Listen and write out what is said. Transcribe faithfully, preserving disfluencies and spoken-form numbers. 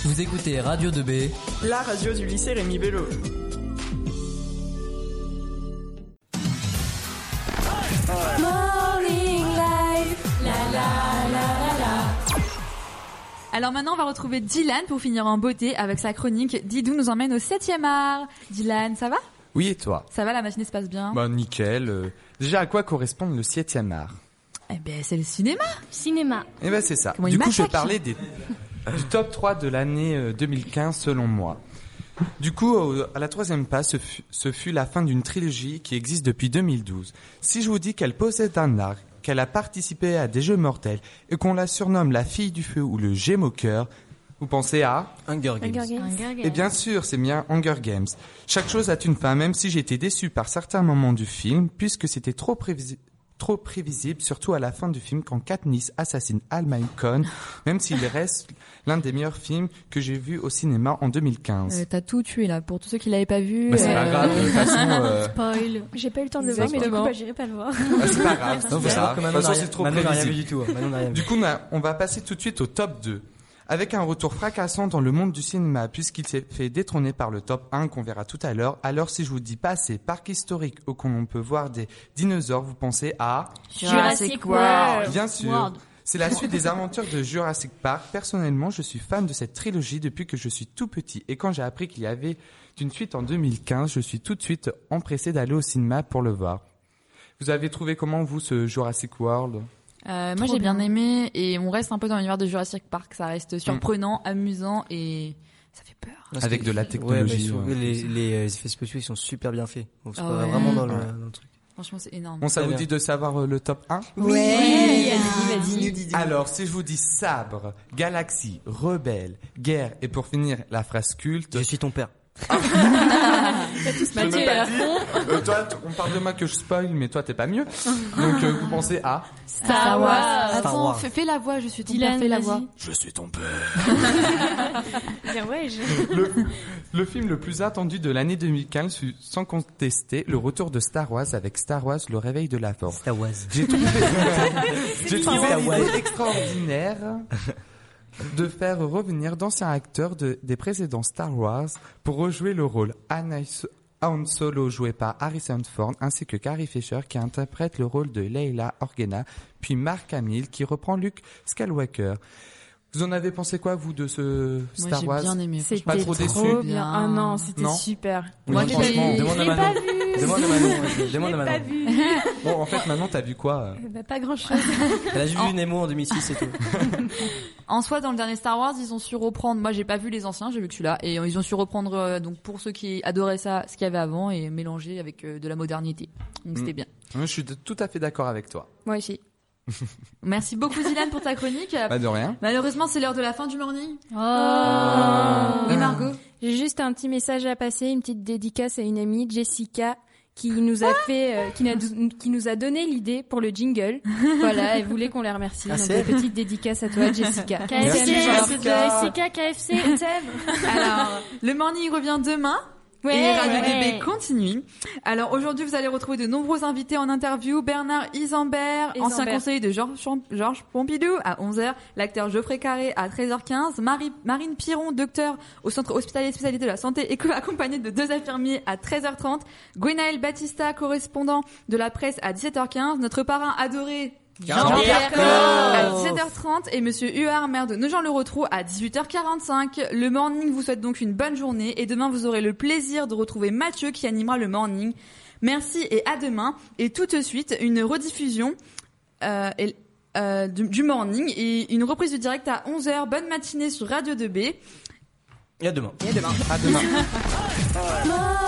Vous écoutez Radio deux B, la radio du lycée Rémi Bello. Morning Live, la la la la la. Alors maintenant, on va retrouver Dylan pour finir en beauté avec sa chronique Didou nous emmène au septième art. Dylan, ça va ? Oui, et toi ? Ça va, la matinée se passe bien ? Bah nickel. Euh, déjà, à quoi correspond le septième art ? Eh ben, c'est le cinéma. Cinéma. Eh ben, c'est ça. Comment du il coup, je vais m'attaque. parler des, du top trois de l'année euh, deux mille quinze, selon moi. Du coup, euh, à la troisième place, ce fut, ce fut la fin d'une trilogie qui existe depuis deux mille douze. Si je vous dis qu'elle possède un art, qu'elle a participé à des jeux mortels et qu'on la surnomme la fille du feu ou le Gémeaux cœur, vous pensez à... Hunger Games. Hunger Games. Et bien sûr, c'est bien Hunger Games. Chaque chose a une fin, même si j'ai été déçu par certains moments du film, puisque c'était trop prévisible. Trop prévisible, surtout à la fin du film quand Katniss assassine Al Malcolm, même s'il reste l'un des meilleurs films que j'ai vu au cinéma en deux mille quinze. Euh, t'as tout tué là. Pour tous ceux qui l'avaient pas vu. Bah, c'est euh, pas grave, de toute façon. Euh... Spoil. J'ai pas eu le temps de le voir, mais du coup, bah, j'irai pas le voir. bah, c'est pas grave. Non, faut c'est savoir pas que grave. Manon De toute façon, n'a c'est rien- trop Manon n'a rien vu prévisible. du tout. Manon n'a rien vu. Du coup, on, a- on va passer tout de suite au top deux. Avec un retour fracassant dans le monde du cinéma, puisqu'il s'est fait détrôner par le top un qu'on verra tout à l'heure. Alors, si je vous dis passé, parc historique où on peut voir des dinosaures, vous pensez à... Jurassic World. Bien sûr. World. C'est la suite des aventures de Jurassic Park. Personnellement, je suis fan de cette trilogie depuis que je suis tout petit. Et quand j'ai appris qu'il y avait une suite en deux mille quinze, je suis tout de suite empressé d'aller au cinéma pour le voir. Vous avez trouvé comment, vous, ce Jurassic World ? Euh, moi, Trop j'ai bien bien. aimé et on reste un peu dans l'univers de Jurassic Park. Ça reste surprenant, amusant et ça fait peur. Parce Avec que- de la Ouais, technologie, bah, ouais. les, les euh, effets spéciaux, ils sont super bien faits. Donc, c'est Ah pas ouais. vraiment dans le, Ouais. dans le truc. Franchement, c'est énorme. Bon, ça Très vous bien. dit de savoir euh, le top un ? Ouais, vas-y, vas-y. Alors, si je vous dis sabre, galaxie, rebelle, guerre, et pour finir, la phrase culte... Je suis ton père. Je Mathieu l'ai est pas à dit. fond. Euh, toi, t- on parle de moi que je spoil, mais toi, t'es pas mieux. Donc, euh, vous pensez à... Star Wars. Star Attends, Wars. fais, fais la voix, je suis ton Dylan, père, fais la vas-y. voix. Je suis ton père. Bien, ouais, je... Le, le film le plus attendu de l'année deux mille quinze fut sans contester le retour de Star Wars avec Star Wars, le réveil de la force. Star Wars. J'ai trouvé, j'ai trouvé Star Wars. l'idée extraordinaire de faire revenir d'anciens acteurs de, des précédents Star Wars pour rejouer le rôle. Anna- Han Solo joué par Harrison Ford ainsi que Carrie Fisher qui interprète le rôle de Leila Organa, puis Mark Hamill qui reprend Luke Skywalker. Vous en avez pensé quoi, vous, de ce Moi, Star j'ai Wars? bien aimé. Pas C'était trop déçu. trop bien. Bien. Ah non, c'était Non. super. Moi, Oui, j'ai franchement, pas- demande à Je l'ai Manon. pas vu. Demande à Manon. vas-y, Demande à Je l'ai pas Manon. vu. Bon, en fait, maintenant, t'as vu quoi euh Bah, pas grand chose. Elle a juste vu Nemo en deux mille six et tout. En soi, dans le dernier Star Wars, ils ont su reprendre. Moi, j'ai pas vu les anciens, j'ai vu que celui-là, et euh, ils ont su reprendre. euh, donc, pour ceux qui adoraient ça, ce qu'il y avait avant, et mélanger avec euh, de la modernité. Donc, c'était Mm. bien. Je suis de- tout à fait d'accord avec toi. Moi aussi. Merci beaucoup, Dylan, pour ta chronique. Pas de rien. Malheureusement, c'est l'heure de la fin du morning. Oh. Oui, Margot. J'ai juste un petit message à passer, une petite dédicace à une amie, Jessica, qui nous a fait, euh, qui, n'a- qui nous a donné l'idée pour le jingle. Voilà, elle voulait qu'on la remercie. Ah, Donc, c'est une petite dédicace à toi, Jessica. K F C, Merci, c'est de Jessica. S C K, K F C, thème. Alors, le morning revient demain. Ouais, et Radio ouais. D B continue. Alors aujourd'hui, vous allez retrouver de nombreux invités en interview. Bernard Isambert, Isambert. ancien conseiller de Georges Cham- Georges Pompidou à onze heures. L'acteur Geoffrey Carré à treize heures quinze. Marie, Marine Piron, docteur au Centre hospitalier spécialité de la santé, et accompagnée de deux infirmiers à treize heures trente. Gwenaël Battista, correspondant de la presse à dix-sept heures quinze. Notre parrain adoré Jean-Pierre Coff. à dix-sept heures trente et Monsieur Huard, maire de Nogent-le-Rotrou à dix-huit heures quarante-cinq. Le morning vous souhaite donc une bonne journée et demain vous aurez le plaisir de retrouver Mathieu qui animera le morning. Merci et à demain. Et tout de suite, une rediffusion euh, et, euh, du, du morning et une reprise du direct à onze heures. Bonne matinée sur Radio deux B. Et à demain. Et à demain. À demain. Morning